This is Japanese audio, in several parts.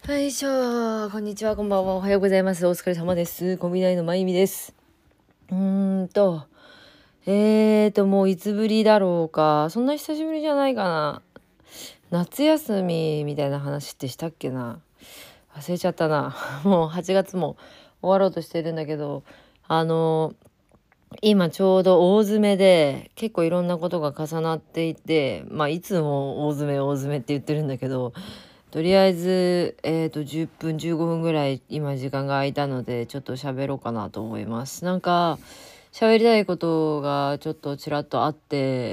はいしょ、こんにちは、こんばんは、おはようございます。お疲れ様です。コンビニのまゆみです。もういつぶりだろうか。そんな久しぶりじゃないかな。夏休みみたいな話ってしたっけな。忘れちゃったな。もう8月も終わろうとしてるんだけど、今ちょうど大詰めで結構いろんなことが重なっていて、いつも大詰めって言ってるんだけど、とりあえず、10分15分ぐらい今時間が空いたのでちょっと喋ろうかなと思います。なんか喋りたいことがちょっとちらっとあって、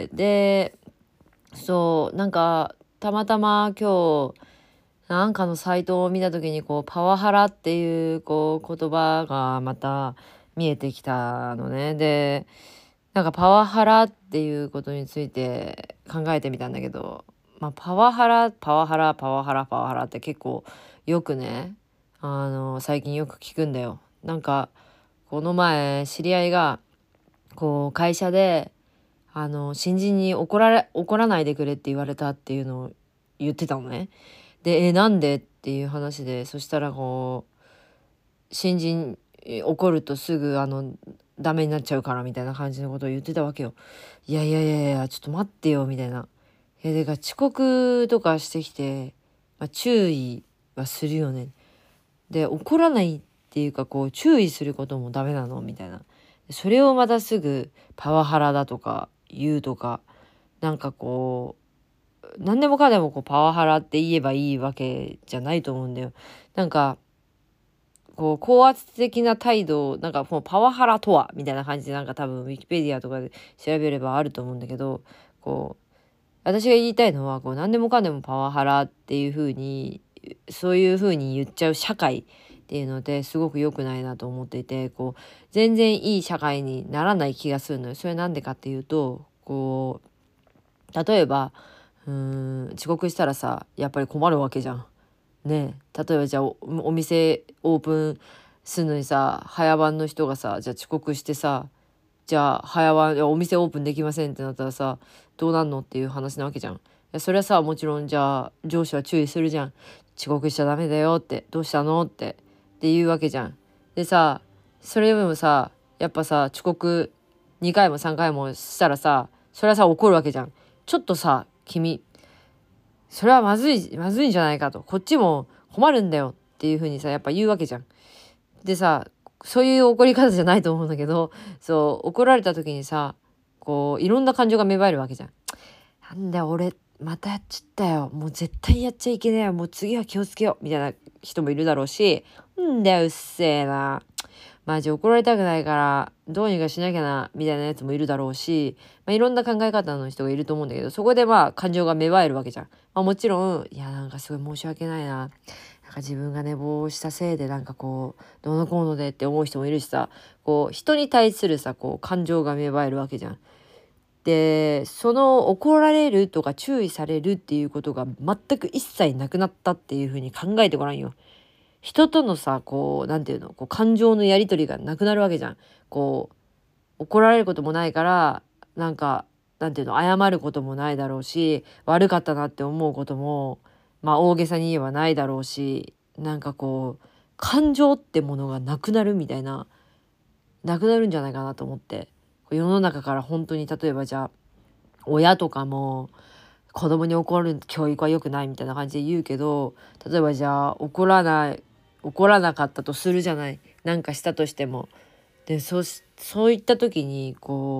でなんかたまたま今日なんかのサイトを見た時にパワハラっていう言葉がまた見えてきたのね。でなんかパワハラっていうことについて考えてみたんだけど、パワハラって結構よくね、最近よく聞くんだよ。なんかこの前知り合いが会社で新人に怒らないでくれって言われたっていうのを言ってたのね。でなんでっていう話で、そしたら新人怒るとすぐダメになっちゃうからみたいな感じのことを言ってたわけよ。いやいやいやいや、ちょっと待ってよみたいな。でか遅刻とかしてきて、注意はするよね。で怒らないっていうか注意することもダメなのみたいな。それをまたすぐパワハラだとか言うとか、なんか何でもかんでもパワハラって言えばいいわけじゃないと思うんだよ。なんか高圧的な態度、なんかもうパワハラとはみたいな感じで、なんか多分ウィキペディアとかで調べればあると思うんだけど、私が言いたいのは何でもかんでもパワハラっていう風に、そういう風に言っちゃう社会っていうのですごく良くないなと思っていて、全然いい社会にならない気がするのよ。それなんでかっていうと、例えば遅刻したらさ、やっぱり困るわけじゃん。ねえ、例えばじゃあお店オープンするのにさ、早番の人がさ、じゃあ遅刻してさ、じゃあ早番、いやお店オープンできませんってなったらさ、どうなんのっていう話なわけじゃん。いやそれはさ、もちろんじゃあ上司は注意するじゃん。遅刻しちゃダメだよって、どうしたのって言うわけじゃん。でさ、それでもさ、やっぱさ遅刻2回も3回もしたらさ、それはさ怒るわけじゃん。ちょっとさ君、それはまずいんじゃないかと、こっちも困るんだよっていう風にさ、やっぱ言うわけじゃん。でさ、そういう怒り方じゃないと思うんだけど、そう怒られた時にさ、いろんな感情が芽生えるわけじゃん。なんだよ俺またやっちゃったよ、もう絶対やっちゃいけないよ、もう次は気をつけようみたいな人もいるだろうし、んだようっせえな、マジ怒られたくないからどうにかしなきゃなみたいなやつもいるだろうし、いろんな考え方の人がいると思うんだけど、そこで感情が芽生えるわけじゃん。もちろん、いやなんかすごい申し訳ないな、なんか自分が寝坊したせいでなんかどうのこうのでって思う人もいるしさ、人に対するさ感情が芽生えるわけじゃん。でその怒られるとか注意されるっていうことが全く一切なくなったっていう風に考えてごらんよ。人とのさなんていうの、感情のやり取りがなくなるわけじゃん。怒られることもないから、なんかなんていうの、謝ることもないだろうし、悪かったなって思うことも大げさに言えばないだろうし、なんか感情ってものがなくなるみたいな、なくなるんじゃないかなと思って。世の中から本当に、例えばじゃあ親とかも子供に怒る教育は良くないみたいな感じで言うけど、例えばじゃあ怒らなかったとするじゃない、なんかしたとしても。でそういった時に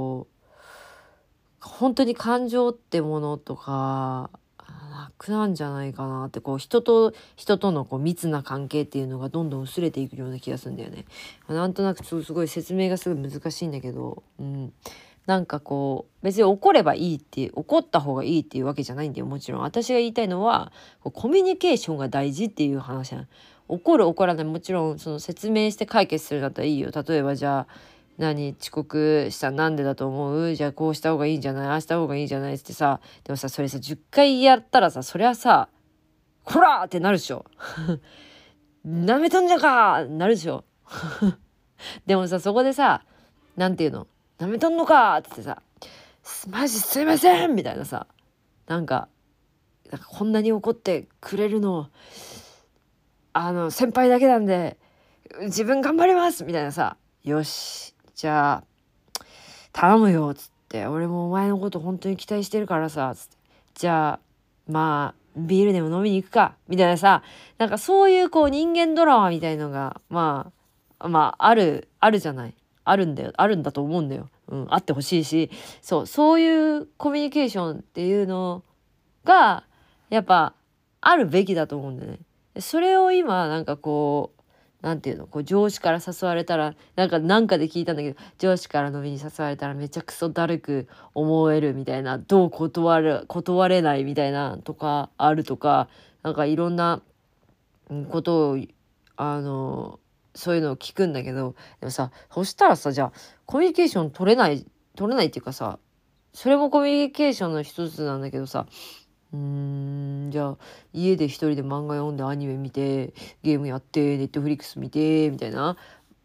本当に感情ってものとかなくなんじゃないかなって、人と人との密な関係っていうのがどんどん薄れていくような気がするんだよね。なんとなくすごい説明がすごい難しいんだけど、なんか別に怒ればいいっていう、怒った方がいいっていうわけじゃないんだよ。もちろん私が言いたいのはコミュニケーションが大事っていう話なの。怒る怒らない、もちろんその説明して解決するんだったらいいよ。例えばじゃあ遅刻したなんでだと思う、じゃあこうした方がいいんじゃない、ああした方がいいんじゃないってさ、でもさそれさ10回やったらさ、そりゃさこらーってなるでしょ。なめとんじゃかーなるでしょ。でもさそこでさ、なんていうの、なめとんのかーってさ、マジすいませんみたいなさ、なんかこんなに怒ってくれるの先輩だけなんで自分頑張りますみたいなさ、よしじゃあ頼むよっつって、俺もお前のこと本当に期待してるからさつって、じゃあまあビールでも飲みに行くかみたいなさ、なんかそういうこう人間ドラマみたいのがあるじゃない、あるんだよ、あるんだと思うんだよ。あってほしいし、そういうコミュニケーションっていうのがやっぱあるべきだと思うんだよね。それを今なんかこうなんていうの、こう上司から誘われたらなんかで聞いたんだけど、上司から飲みに誘われたらめちゃくそだるく思えるみたいな、どう断れないみたいなとかあるとか、なんかいろんなことをそういうのを聞くんだけど、でもさ、そしたらさ、じゃあコミュニケーション取れないっていうかさ、それもコミュニケーションの一つなんだけどさ、じゃあ家で一人で漫画読んでアニメ見てゲームやってネットフリックス見てみたいな、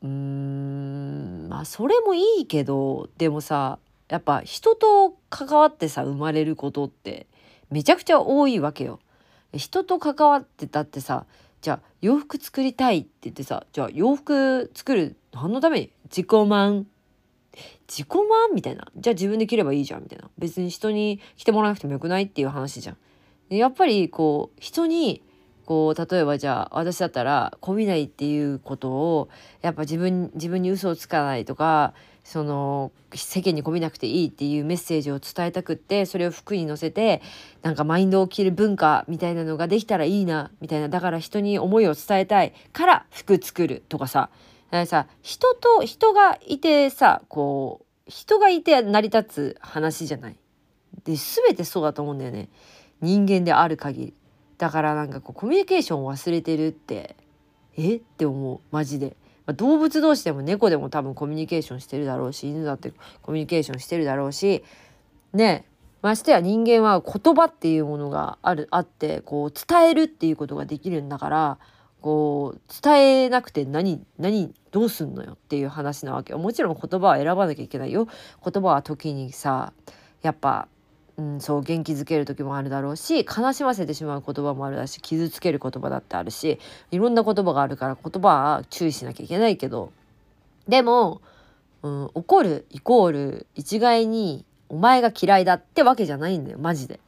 まあそれもいいけど、でもさやっぱ人と関わってさ生まれることってめちゃくちゃ多いわけよ。人と関わってたってさ、じゃあ洋服作りたいって言ってさ、じゃあ洋服作る何のために、自己満みたいな。じゃあ自分で着ればいいじゃんみたいな。別に人に着てもらわなくてもよくないっていう話じゃん。でやっぱりこう人にこう例えばじゃあ私だったらこびないっていうことをやっぱ自分に嘘をつかないとか、その世間にこびなくていいっていうメッセージを伝えたくって、それを服に乗せてなんかマインドを着る文化みたいなのができたらいいなみたいな。だから人に思いを伝えたいから服作るとかさ、だからさ、人がいてさ、こう人がいて成り立つ話じゃない。で全てそうだと思うんだよね、人間である限り。だからなんかこうコミュニケーションを忘れてるってって思うマジで。動物同士でも猫でも多分コミュニケーションしてるだろうし、犬だってコミュニケーションしてるだろうしね。ましてや人間は言葉っていうものがあってこう伝えるっていうことができるんだから、こう伝えなくてどうすんのよっていう話なわけよ。もちろん言葉は選ばなきゃいけないよ。言葉は時にさやっぱそう元気づける時もあるだろうし、悲しませてしまう言葉もあるだし、傷つける言葉だってあるし、いろんな言葉があるから言葉は注意しなきゃいけないけど、でも、怒るイコール一概にお前が嫌いだってわけじゃないんだよ。マジで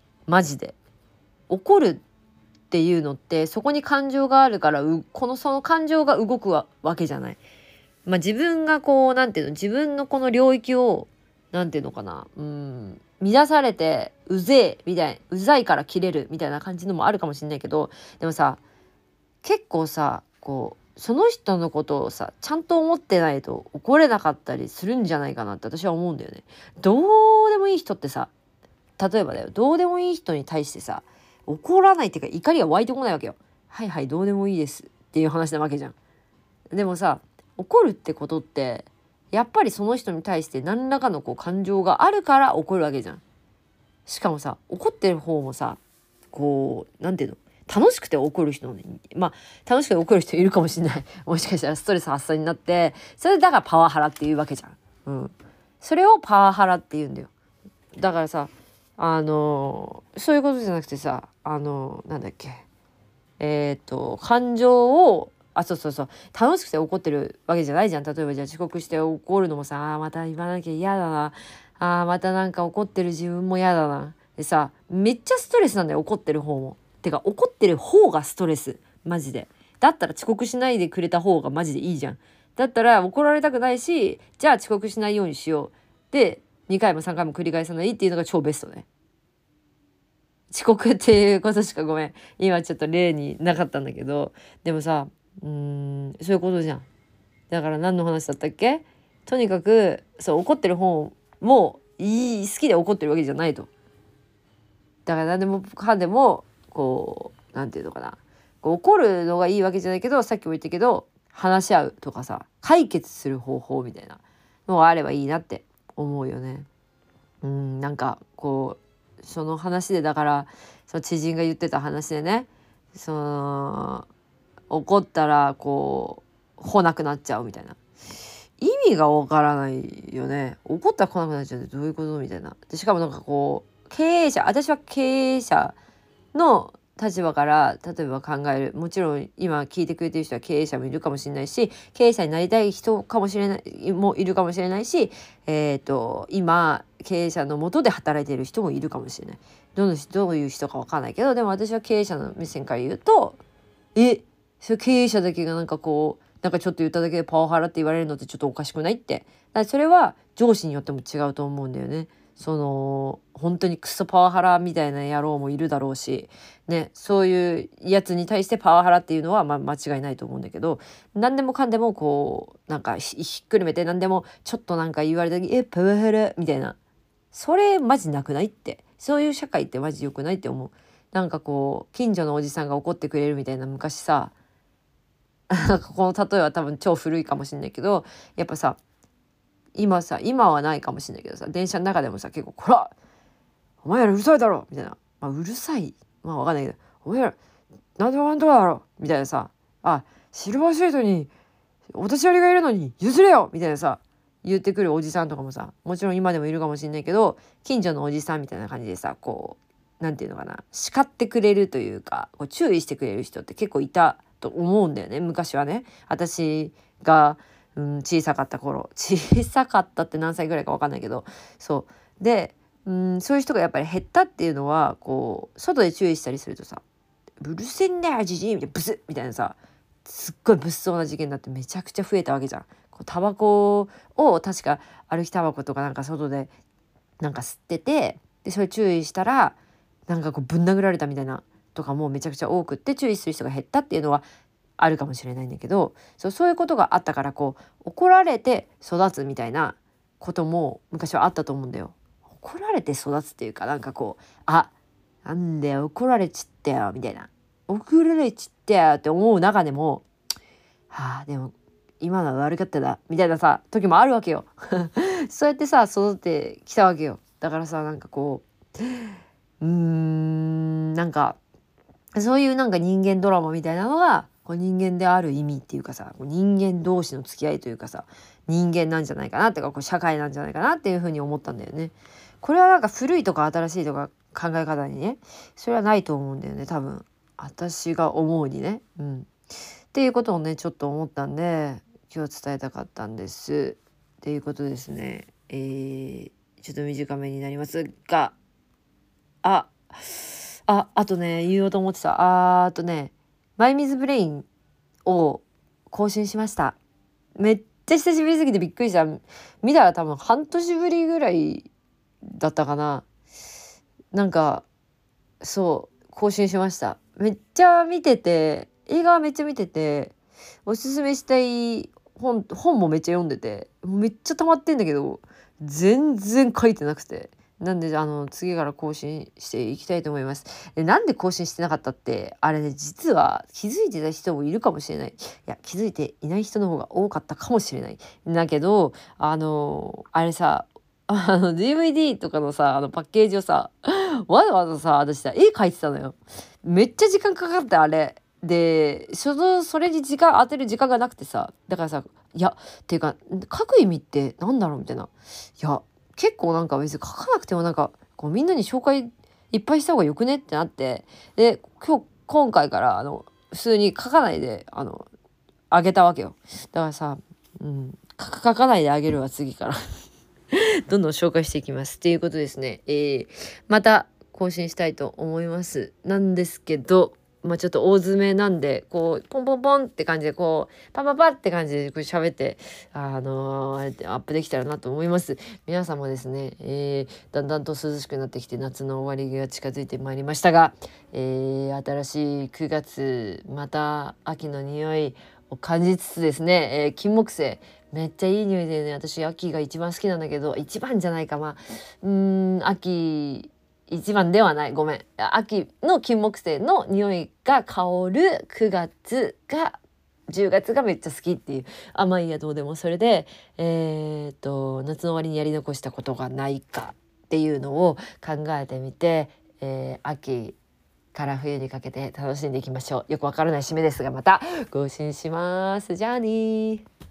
怒るっていうのってそこに感情があるから、その感情が動くわけじゃない。自分がこうなんていうの、自分のこの領域をなんていうのかな、乱されてうぜえみたいな、うざいから切れるみたいな感じのもあるかもしれないけど、でもさ結構さこうその人のことをさちゃんと思ってないと怒れなかったりするんじゃないかなって私は思うんだよね。どうでもいい人ってさ、例えばだよ、どうでもいい人に対してさ怒らないっていうか怒りが湧いてこないわけよ。はいはいどうでもいいですっていう話なわけじゃん。でもさ怒るってことってやっぱりその人に対して何らかのこう感情があるから怒るわけじゃん。しかもさ怒ってる方もさこうなんていうの、楽しくて怒る人ね、楽しくて怒る人いるかもしれないもしかしたらストレス発散になって、それだからパワハラっていうわけじゃん。それをパワハラって言うんだよ。だからさそういうことじゃなくてさなんだっけ感情をそう楽しくて怒ってるわけじゃないじゃん。例えばじゃあ遅刻して怒るのもさまた言わなきゃ嫌だな、またなんか怒ってる自分も嫌だなでさ、めっちゃストレスなんだよ怒ってる方も。てか怒ってる方がストレスマジで。だったら遅刻しないでくれた方がマジでいいじゃん。だったら怒られたくないし、じゃあ遅刻しないようにしようで2回も3回も繰り返さないっていうのが超ベストね。遅刻っていうことしかごめん今ちょっと例になかったんだけど、でもさそういうことじゃん。だから何の話だったっけ。とにかくそう怒ってる方も好きで怒ってるわけじゃないと。だから何でもかんでもこうなんていうのかな、こう怒るのがいいわけじゃないけど、さっきも言ったけど話し合うとかさ解決する方法みたいなのがあればいいなって思うよね。なんかこうその話でだからその知人が言ってた話でね、その怒ったらこう来なくなっちゃうみたいな、意味がわからないよね。怒ったら来なくなっちゃうってどういうことみたいな。でしかもなんかこう私は経営者の立場から例えば考える。もちろん今聞いてくれてる人は経営者もいるかもしれないし、経営者になりたい人かもしれないもいるかもしれないし、今経営者の下で働いている人もいるかもしれない。どういう人かわかんないけど、でも私は経営者の目線から言うと、それ経営者だけがなんかこうなんかちょっと言っただけでパワハラって言われるのってちょっとおかしくないって。だからそれは上司によっても違うと思うんだよね。本当にクソパワハラみたいな野郎もいるだろうしね、そういうやつに対してパワハラっていうのは間違いないと思うんだけど、何でもかんでもこうなんかひっくるめて何でもちょっとなんか言われた時パワハラみたいな、それマジなくないって。そういう社会ってマジ良くないって思う。なんかこう近所のおじさんが怒ってくれるみたいな、昔さなんかこの例えは多分超古いかもしれないけど、やっぱさ今はないかもしれないけどさ、電車の中でもさ結構こらお前らうるさいだろみたいな、うるさいわかんないけど、お前らなんでもなんとかだろみたいなさ、シルバーシートにお年寄りがいるのに譲れよみたいなさ言ってくるおじさんとかもさ、もちろん今でもいるかもしれないけど、近所のおじさんみたいな感じでさ、こうなんていうのかな、叱ってくれるというかこう注意してくれる人って結構いたと思うんだよね、昔はね。私が小さかった頃、小さかったって何歳ぐらいか分かんないけど、そうでそういう人がやっぱり減ったっていうのは、こう外で注意したりするとさ、うるせえんだよじじいみたいな、ブスッみたいなさ、すっごい物騒な事件だってめちゃくちゃ増えたわけじゃん。こうタバコを確か歩きタバコとかなんか外でなんか吸ってて、でそれ注意したらなんかこうぶん殴られたみたいなとかもめちゃくちゃ多くって、注意する人が減ったっていうのはあるかもしれないんだけど、そういうことがあったから、こう怒られて育つみたいなことも昔はあったと思うんだよ。怒られて育つっていうか、なんかこうなんだよ怒られちったよみたいな、怒られちったよって思う中でも、でも今のは悪かったなみたいなさ時もあるわけよそうやってさ育ってきたわけよ。だからさ、なんかこうなんかそういうなんか人間ドラマみたいなのがこう人間である意味っていうかさ、人間同士の付き合いというかさ、人間なんじゃないかなってか、こう社会なんじゃないかなっていうふうに思ったんだよね。これはなんか古いとか新しいとか考え方にね、それはないと思うんだよね、多分私が思うにね。っていうことをねちょっと思ったんで今日伝えたかったんですっていうことですね。ちょっと短めになりますが、あとね言おうと思ってた。あとねマイミズブレインを更新しました。めっちゃ久しぶりすぎてびっくりした。見たら多分半年ぶりぐらいだったかな。なんか更新しました。めっちゃ見てて、映画はめっちゃ見てて、おすすめしたい本もめっちゃ読んでて、めっちゃ溜まってんだけど全然書いてなくて、なんで次から更新していきたいと思います。なんで更新してなかったって、あれね実は気づいてた人もいるかもしれない。いや気づいていない人の方が多かったかもしれない。だけどあれさDVD とかのさパッケージをさわざわざさ私さ絵描いてたのよ。めっちゃ時間かかってあれで、それに時間当てる時間がなくてさ、だからさ、いやっていうか書く意味ってなんだろうみたいな、いや結構なんか別に書かなくてもなんかこうみんなに紹介いっぱいした方がよくねってなって、で今回から普通に書かないであげたわけよ。だからさ、書かないであげるわ次からどんどん紹介していきますっていうことですね。また更新したいと思いますなんですけど、ちょっと大詰めなんでこうポンポンポンって感じでこうパパパって感じでこう喋ってアップできたらなと思います。皆さんもですね、だんだんと涼しくなってきて夏の終わりが近づいてまいりましたが、新しい9月また秋の匂いを感じつつですね、金木犀めっちゃいい匂いでね、私秋が一番好きなんだけど、一番じゃないか、秋一番ではない、ごめん、秋の金木犀の匂いが香る10月がめっちゃ好きっていう。いいやどうでも。それで夏の終わりにやり残したことがないかっていうのを考えてみて、秋から冬にかけて楽しんでいきましょう。よくわからない締めですがまた更新します。じゃあねー。